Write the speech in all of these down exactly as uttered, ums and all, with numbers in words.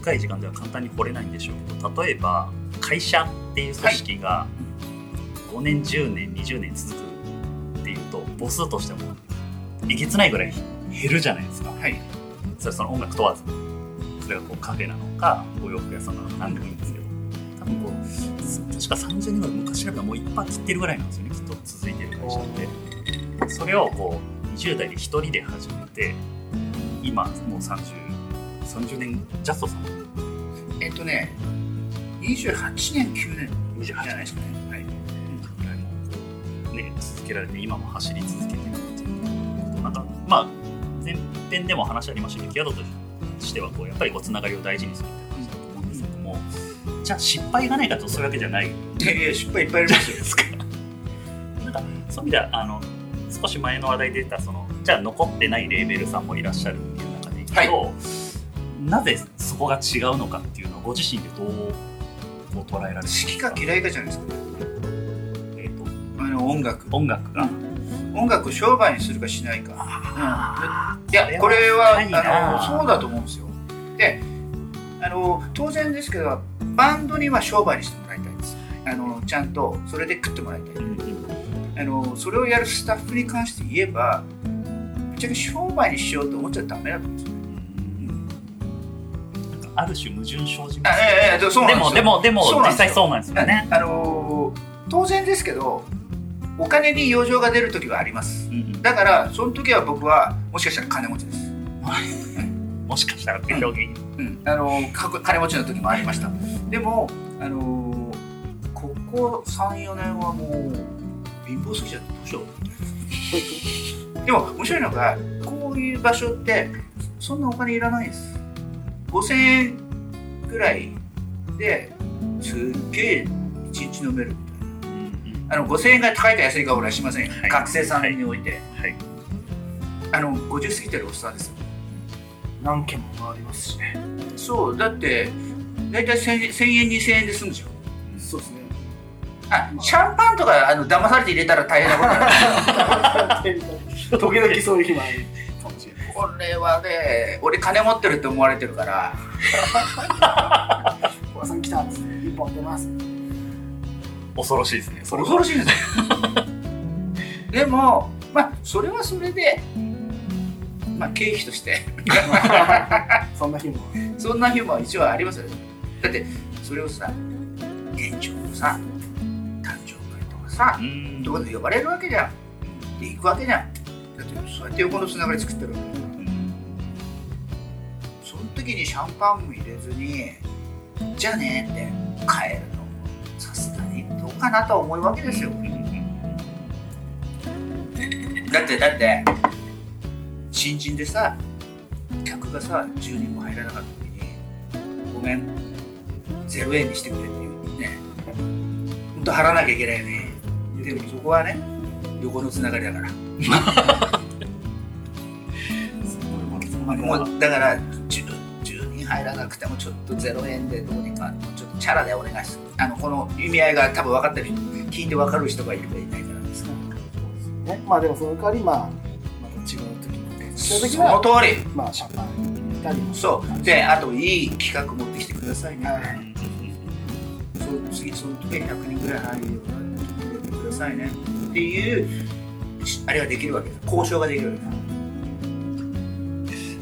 短い時間では簡単に掘れないんでしょうけど、例えば会社っていう組織がごねんじゅうねんにじゅうねん続くっていうと母数としてもえげつないぐらい減るじゃないですか、はい、それその音楽問わずそれがこうカフェなのかお洋服屋さんなのか何でもいいんですけど、多分こう確かさんじゅうねんぐらい昔からもういっぱい切ってるぐらいなんですよね、きっと続いてる会社って。それをこうにじゅう代でひとりで始めて今もうさんじゅう、さんじゅうねんジャストさんえっとねにじゅうはちねんきゅうねんじゃないですかね、はい、もうね続けられて今も走り続けてるっていうことなんかまあ前編でも話ありましたけど、キーワードとしてはこうやっぱりこうつながりを大事にするって感じだと思うんですけども、うん、じゃあ失敗がないかとそういうわけじゃない。 いやいや失敗いっぱいありますよですか。なんかそういう意味ではあの少し前の話題で出たそのじゃあ残ってないレーベルさんもいらっしゃるっていう中でいくと、はい、なぜそこが違うのかっていうのをご自身でどうこう捉えられるんですか。 好きか嫌いかじゃないですか、ねえー、とあの音楽音楽が、 うん、音楽を商売にするかしないか、うん、いやこれはあのそうだと思うんですよ。であの当然ですけどバンドには商売にしてもらいたいんです。あのちゃんとそれで食ってもらいたい、うんあのそれをやるスタッフに関して言えばぶっちゃけ商売にしようと思っちゃダメだと思うんですよね、 うん、なんかある種矛盾生じます、ね、 あえええそうなんですよ。 でもでもでも実際そうなんですよね。 あの当然ですけどお金に余剰が出る時はあります、うん、だからその時は僕はもしかしたら金持ちですもしかしたらって表現、 うんうん、あの金持ちの時もありました。でもあのここ さん,よ 年はもう貧乏すぎちゃってどうしようでも面白いのがこういう場所ってそんなお金いらないです。ごせんえんぐらいですっげえいちにち飲めるみたいな、うんうん、あのごせんえんが高いか安いか俺はしません、はい、学生さんにおいて、はいはい、あのごじゅう過ぎてるおっさんですよ。 何軒も回りますしね。 そうだってだいたいせんえんにせんえんで済むじゃん。 そうですね。 あシャンパンとかあの騙されて入れたら大変なことになる時々そういう日もあるかもしれない。 これはね俺金持ってるって思われてるから小田さん来たっつって一本出ます。 恐ろしいですね。 それ恐ろしいですねでもまあそれはそれでまあ経費としてそんな日もそんな日も一応ありますよ。だってそれをさ店長のささあ、どこで呼ばれるわけじゃん。で行くわけじゃん。だってそうやって横のつながり作ってるわけだから、うん、その時にシャンパンも入れずにじゃあねって帰るのさすがにどうかなと思うわけですよ、うん、だってだって新人でさ客がさじゅうにんも入らなかった時にごめんゼロえんにしてくれって言うねほんと払わなきゃいけないよね。でもそこはね横のつながりだからもうだから じゅうにん入らなくてもちょっとゼロえんでどうにかちょっとチャラでお願いする。あのこの意味合いが多分分かってる人聞いて分かる人がいるかいないからですから、 ね、まあでもその代わりまあまた違う時にそういう時はその通りまあシャンパン入れたりもそうであといい企画持ってきてくださいね、はい、そ次その時にひゃくにんぐらい入るようなくださいねっていうあれができるわけです。交渉ができるわけです。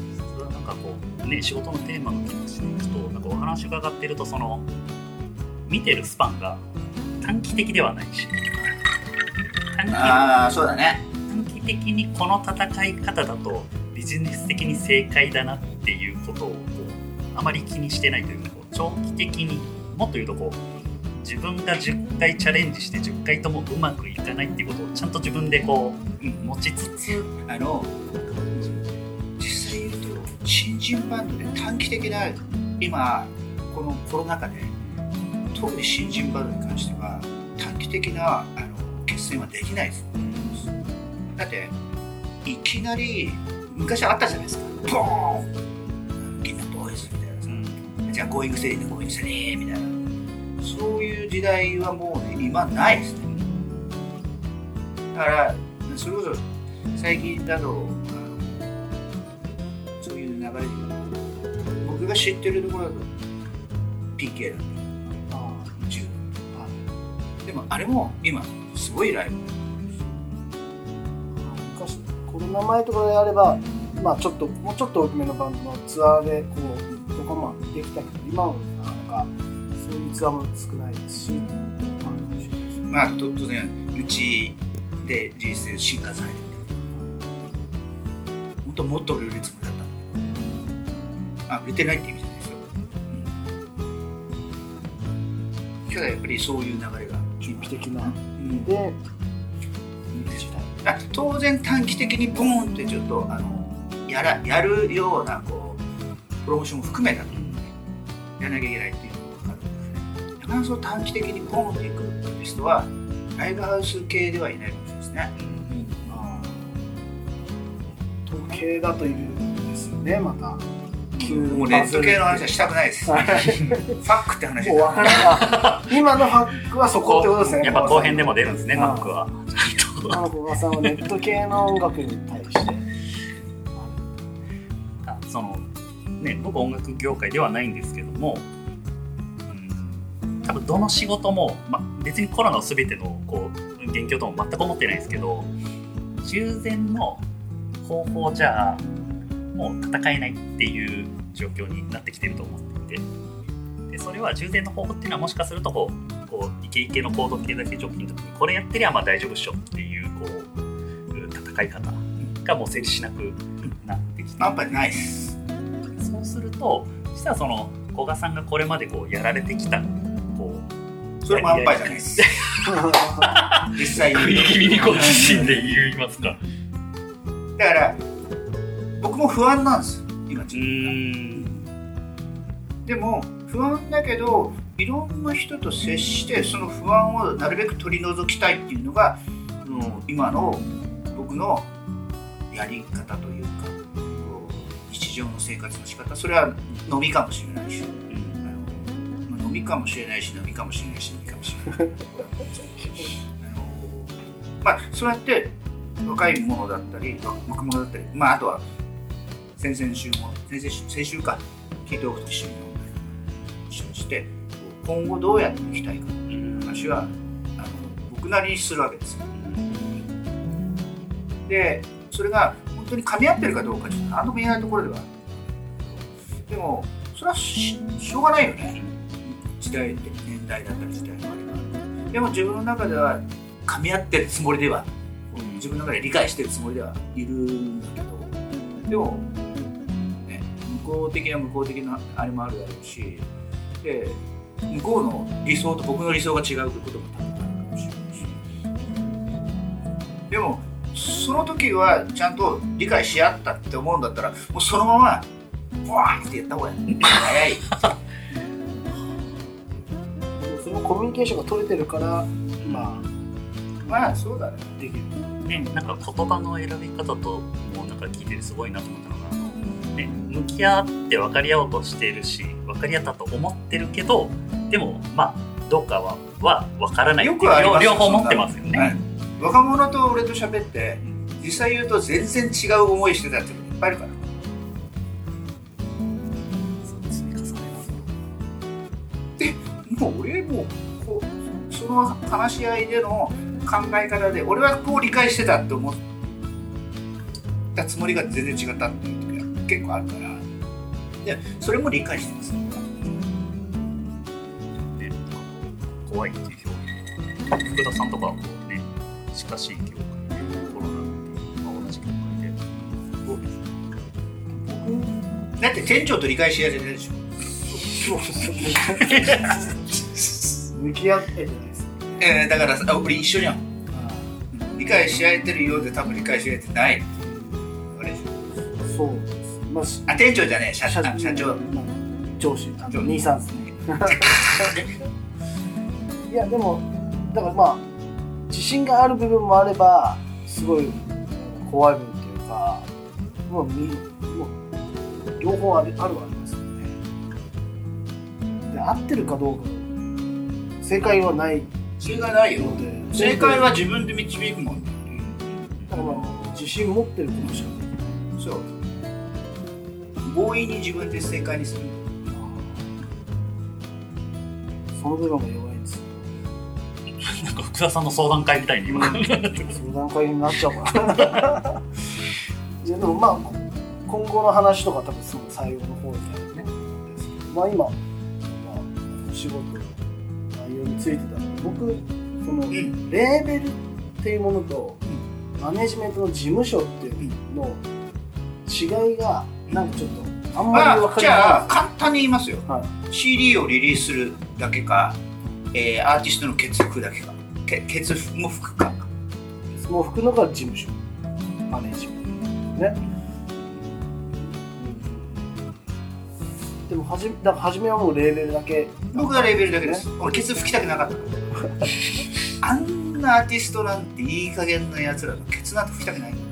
それはなんかこうね仕事のテーマの気持ちでいくとなんかお話伺ってるとその見てるスパンが短期的ではないし短期ああそうだね短期的にこの戦い方だとビジネス的に正解だなっていうことをこうあまり気にしてないというかこう長期的にもっと言うとこう自分がじゅっかいチャレンジしてじゅっかいともうまくいかないっていうことをちゃんと自分でこう、うん、持ちつつあの実際言うと新人バンドで短期的な今このコロナ禍で特に新人バンドに関しては短期的なあの決戦はできないです。だっていきなり昔あったじゃないですかポーンギンナボーイズみたいなさ、うん、じゃあゴーイングセリーでゴーイングセリーみたいなそういう時代はもう、ね、今ないですね。だからそれこそ最近だとそういう流れで僕がが知ってるところだと ピーケー だった。 あじゅうでもあれも今すごいライブ。 昔コロナ前とかであれば、まあちょっともうちょっと大きめのバンドのツアーでこうとかもできたけど、今はなかなかそういうツアーも少ないですし、 まあ当然うちでリリースで新幹線入って本当もっと売れるつもりだったんだけど、あ売れてないって意味じゃないですよ。ただやっぱりそういう流れが準備的なうんで時代。 あ当然短期的にボーンってちょっとあのやらやるようなこうプロモーションも含めたと、ね、やらなきゃいけないっていうのが分かるんですね。なかなかそう短期的にボーンっていくって人はライブハウス系ではいないかもしれないですね。 あ統計だといるんですよね、また。 もうネット系の話はしたくないです。ファックって話もう分からない。今のファックはそこってことですね。 やっぱ後編でも出るんですね、ファックは。 あの小川さんはネット系の音楽に対してあそのね、僕音楽業界ではないんですけども、うん、多分どの仕事も、ま、別にコロナを全てのこう元凶とも全く思ってないんですけど、従前の方法じゃもう戦えないっていう状況になってきてると思っていて、でそれは従前の方法っていうのはもしかするとこうこうイケイケの高度経済成長期の時にこれやってりゃまあ大丈夫っしょっていうこう戦い方がもう成立しなくなってきて、 やっぱりないです。 そうすると実はその古賀さんがこれまでこうやられてきたこうそれも安牌じゃないです実際食い気味にこう自身で言いますか。 だから僕も不安なんです今自う分ーんが。でも不安だけどいろんな人と接してその不安をなるべく取り除きたいっていうのが、うん、今の僕のやり方というかこう日常の生活の仕方。それは飲みかもしれないし、うん、あの飲みかもしれないし飲みかもしれないし飲みかもしれないあのまあそうやって若い者だったり若者だったり、まああとは先々週も先々週先週か聞いておくと一緒に飲んだり一緒にして今後どうやっていきたいかっていう話はあの僕なりにするわけですよ。でそれが本当に噛み合ってるかどうかちょっと何とも言えないところではある。でもそれは し, しょうがないよね。時代って年代だったり時代のあれがある。でも自分の中では噛み合ってるつもりでは自分の中で理解してるつもりではいるんだけど、でも、ね、向こう的な向こう的なあれもあるだろうし、で向こうの理想と僕の理想が違うことも多分あるかもしれないし、でもその時はちゃんと理解し合ったって思うんだったらもうそのままブワーってやった方がいい早いそのコミュニケーションが取れてるからまあまあそうだねできるね、なんか言葉の選び方ともうなんか聞いててすごいなと思ったのが、あの、ね、向き合って分かり合おうとしているし分かり合ったと思ってるけどでもまあどうかはは分からないっていうよくありますよ両方持ってますよね、 はい、若者と俺と喋って実際言うと全然違う思いしてたっていうのいっぱいあるから。 そうですね、重ねでもう俺もこうその話し合いでの考え方で俺はこう理解してたって思ったつもりが全然違ったっていう時が結構あるからでそれも理解してますね。 怖いっていう表現、福田さんとかはこうね近しい業界でコロナっていう、まあ、同じ業界でどうですか。 だって店長と理解し合えてないでしょ。 そうそう向き合ってじゃないですか。 えー、だからあ俺一緒じゃん。理解し合えてるようで多分理解し合えてないっていうあれでしょ。 そうです。まあ、 あ店長じゃねえ社, 社, 社長、 まあ、上司あの兄さんですねいやでもだからまあ自信がある部分もあればすごい怖い部分っていうかもうみもう両方あるあるわけですよね。で合ってるかどうか正解はない。 正解ないよ。正解は自分で導くもん。 だからまあ自信持ってることしかない。 そう。強引に自分で正解にする。 その部分が弱いんですよ。 なんか福田さんの相談会みたいに今相談会になっちゃうかな。いやでもまあ今後の話とか多分その最後の方になるね。まあ今、まあ、お仕事の内容についてたので、僕そのレーベルっていうものとマネジメントの事務所っていうの違いがなんかちょっとあんまり分かりない。 じゃあ簡単に言いますよ、 はい、シーディー をリリースするだけか、えー、アーティストのケツ吹くだけか、ケケツも吹くか、 もう吹くのが事務所マネジメントね、うん、でもはじだから初めはもうレーベルだけ。 僕はレーベルだけです、ね、俺ケツ吹きたくなかったあんなアーティストなんていい加減なやつらのケツなんて吹きたくないんだ。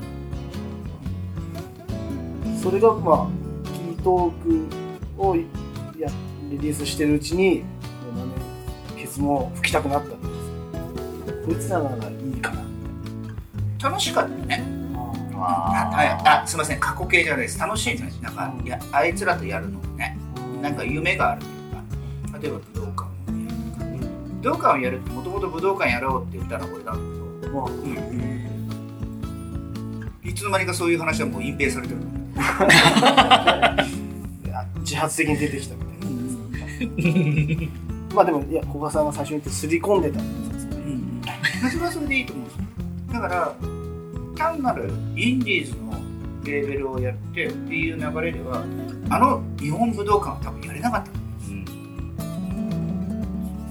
それがまあキートークをやリリースしてるうちにもう、ね、ケツも吹きたくなったんですよ。こいつらならいいかな。 楽しかったね。 あああすみません、過去形じゃないです。楽しいね。なんか、うん、いやあいつらとやるのね、うん、なんか夢があるというか、例えば武道館をやるとか、うん、武道館をやるってもともと武道館やろうって言ったのはこれなんだけど、うんうん、いつの間にかそういう話はもう隠蔽されてるの。 自発的に出てきたみたいなまあでもいや古賀さんが最初に言ってすり込んでたんですけど、うん、 それはそれでいいと思うんですよ。だから単なるインディーズのレーベルをやってっていう流れではあの日本武道館は多分やれなかったんです、うん、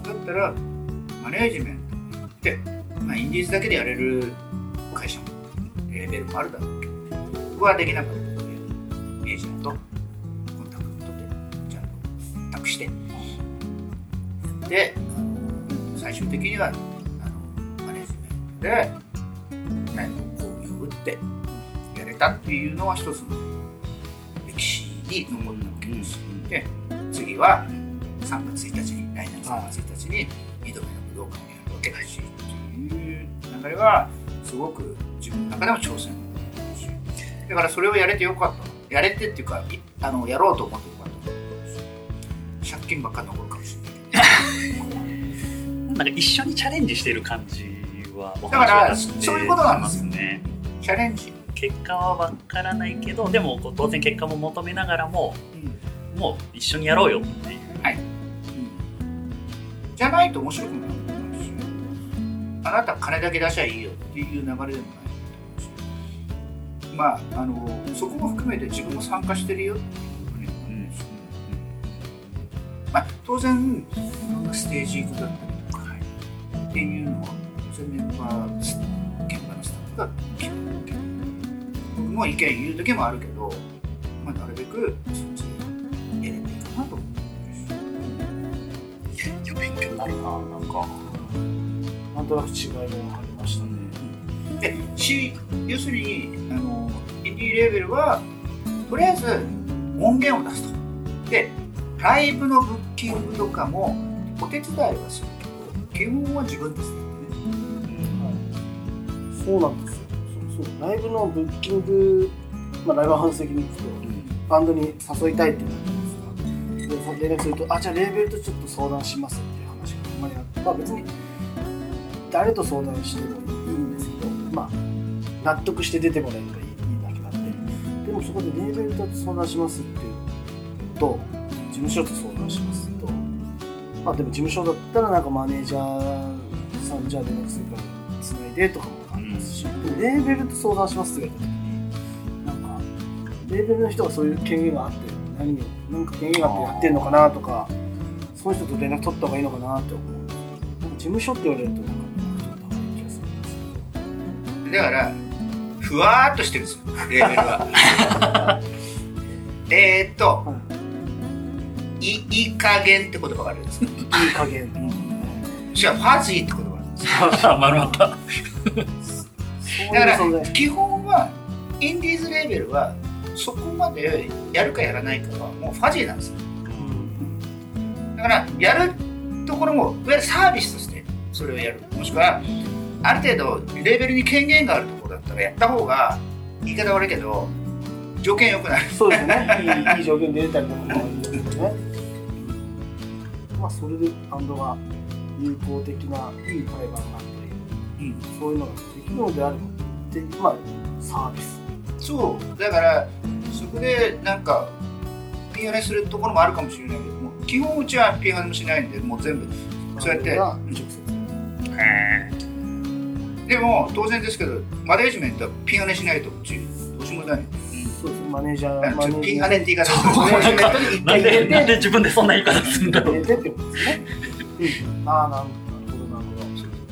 だったらマネージメントで、まあ、インディーズだけでやれる会社もレーベルもあるだろうけど僕はできなかったのでエージェントコンタクトでちゃんと託してで最終的にはあのマネージメントで何の講義を打ってやれたっていうのは一つの歴史に残ったわけです。で次はさんがつついたちに来年さんがつついたちににどめの武道館をやるわけだしっていう流れはすごく自分の中でも挑戦だし、だからそれをやれてよかった。やれてっていうかあのやろうと思ってよかった。借金ばっかり残るかもしれないけどなんか一緒にチャレンジしてる感じはだからそういうことなんですよね。チャレンジ結果は分からないけどでも当然結果も求めながらも、うん、もう一緒にやろうよっていう、 はい、うん、じゃないと面白くないと思うし、あなた金だけ出しゃいいよっていう流れでもないと思うし、まああのそこも含めて自分も参加してるよっていうね、うんうん、まあ当然いろんなステージ行くだったりとか、はい、っていうのは当然メンバー現場のスタッフが決めるわけ。僕も意見言う時もあるけど、まあ、なるべくそっちでやれていいかなと思ってるし、 いや勉強になるな。なんかなんとなく違いも分かりましたね。 でし要するにあのインディーレーベルはとりあえず音源を出すと。でライブのブッキングとかもお手伝いはするけど基本は自分ですね、 うん、そうなんですよ。そうそうライブのブッキング、まあ、ライブハウス的に行くと、うん、バンドに誘いたいって言うんですか。で連絡するとあじゃあレーベルとちょっと相談しますっていう話があんまりあって、まあ、別に誰と相談してもいいんですけど、まあ、納得して出てもらえればいい、いいだけなんで、でもそこでレーベルと相談しますっていうと事務所と相談しますと、まあでも事務所だったらなんかマネージャーさんじゃあ連絡するからつないでとかもありますし、うん、レーベルと相談しますって言われた時になんかレーベルの人がそういう権限があって何をなんか権限があってやってんのかなとか、その人と連絡取った方がいいのかなって思う。なんか事務所って言われるとなんかだからふわーっとしてるんですよレーベルはえーっと、うん、い, いい加減って言葉があるんですいい加減、うん、 じゃあファジーって言葉があるんですよ丸まっただから基本はインディーズレーベルはそこまでやるかやらないかはもうファジーなんですよ、うん、だからやるところもいわゆるサービスとしてそれをやる、もしくはある程度レーベルに権限があるところだったらやった方が言い方悪いけど条件良くなる。 そうですねいい, いい条件で出たりとかもあるんですよね。 まあ、それでバンドが有効的ないい対バンがあったり、うん、そういうのができるのであればっていう、まあ、サービス。 そうだからそこでなんかピアノするところもあるかもしれないけども、基本うちはピアノもしないんで、もう全部そうやって直接。へー。でも当然ですけど、マネージメントはピアノしないとうちどうしようもない。 そうですね、マネージャー、マネージャー、 ピアノって言い方する。マネージメントに一回入れて、 なんで自分でそんな言い方するんだろう。 入れてってことですね。うん、ああ、なるほど、なるほど。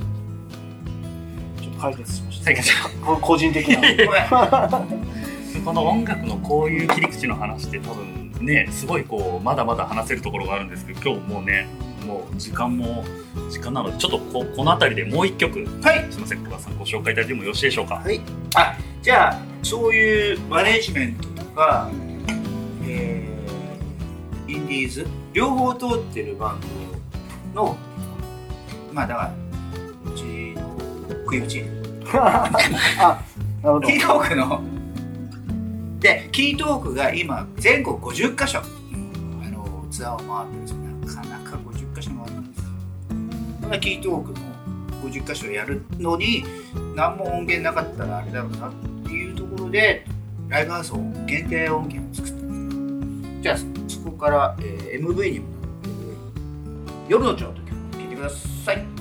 ちょっと解決しました。 解決しました。個人的な。 この音楽のこういう切り口の話って多分ね、すごいこうまだまだ話せるところがあるんですけど、今日もうね、もう時間も時間なので、ちょっと こ, この辺りでもう一曲、はい、すみません、小川さんご紹介いただいてもよろしいでしょうか。 はい。あ、じゃあそういうマネージメントとか、えー、インディーズ両方通ってるバンドの、まあだからうちの食いぶちあ、なるほど。 キートークので、キートークが今全国ごじゅっかしょ、あのツアーを回ってるんですよ。なかなかごじゅっかしょ回ってるんですよ。だからキートークのごじゅっかしょやるのに何も音源なかったらあれだろうなっていうところで、ライブハウスを限定音源を作ったんですよ。じゃあそこから、えー、エムブイ にもなってる夜の蝶の時を聴いてください。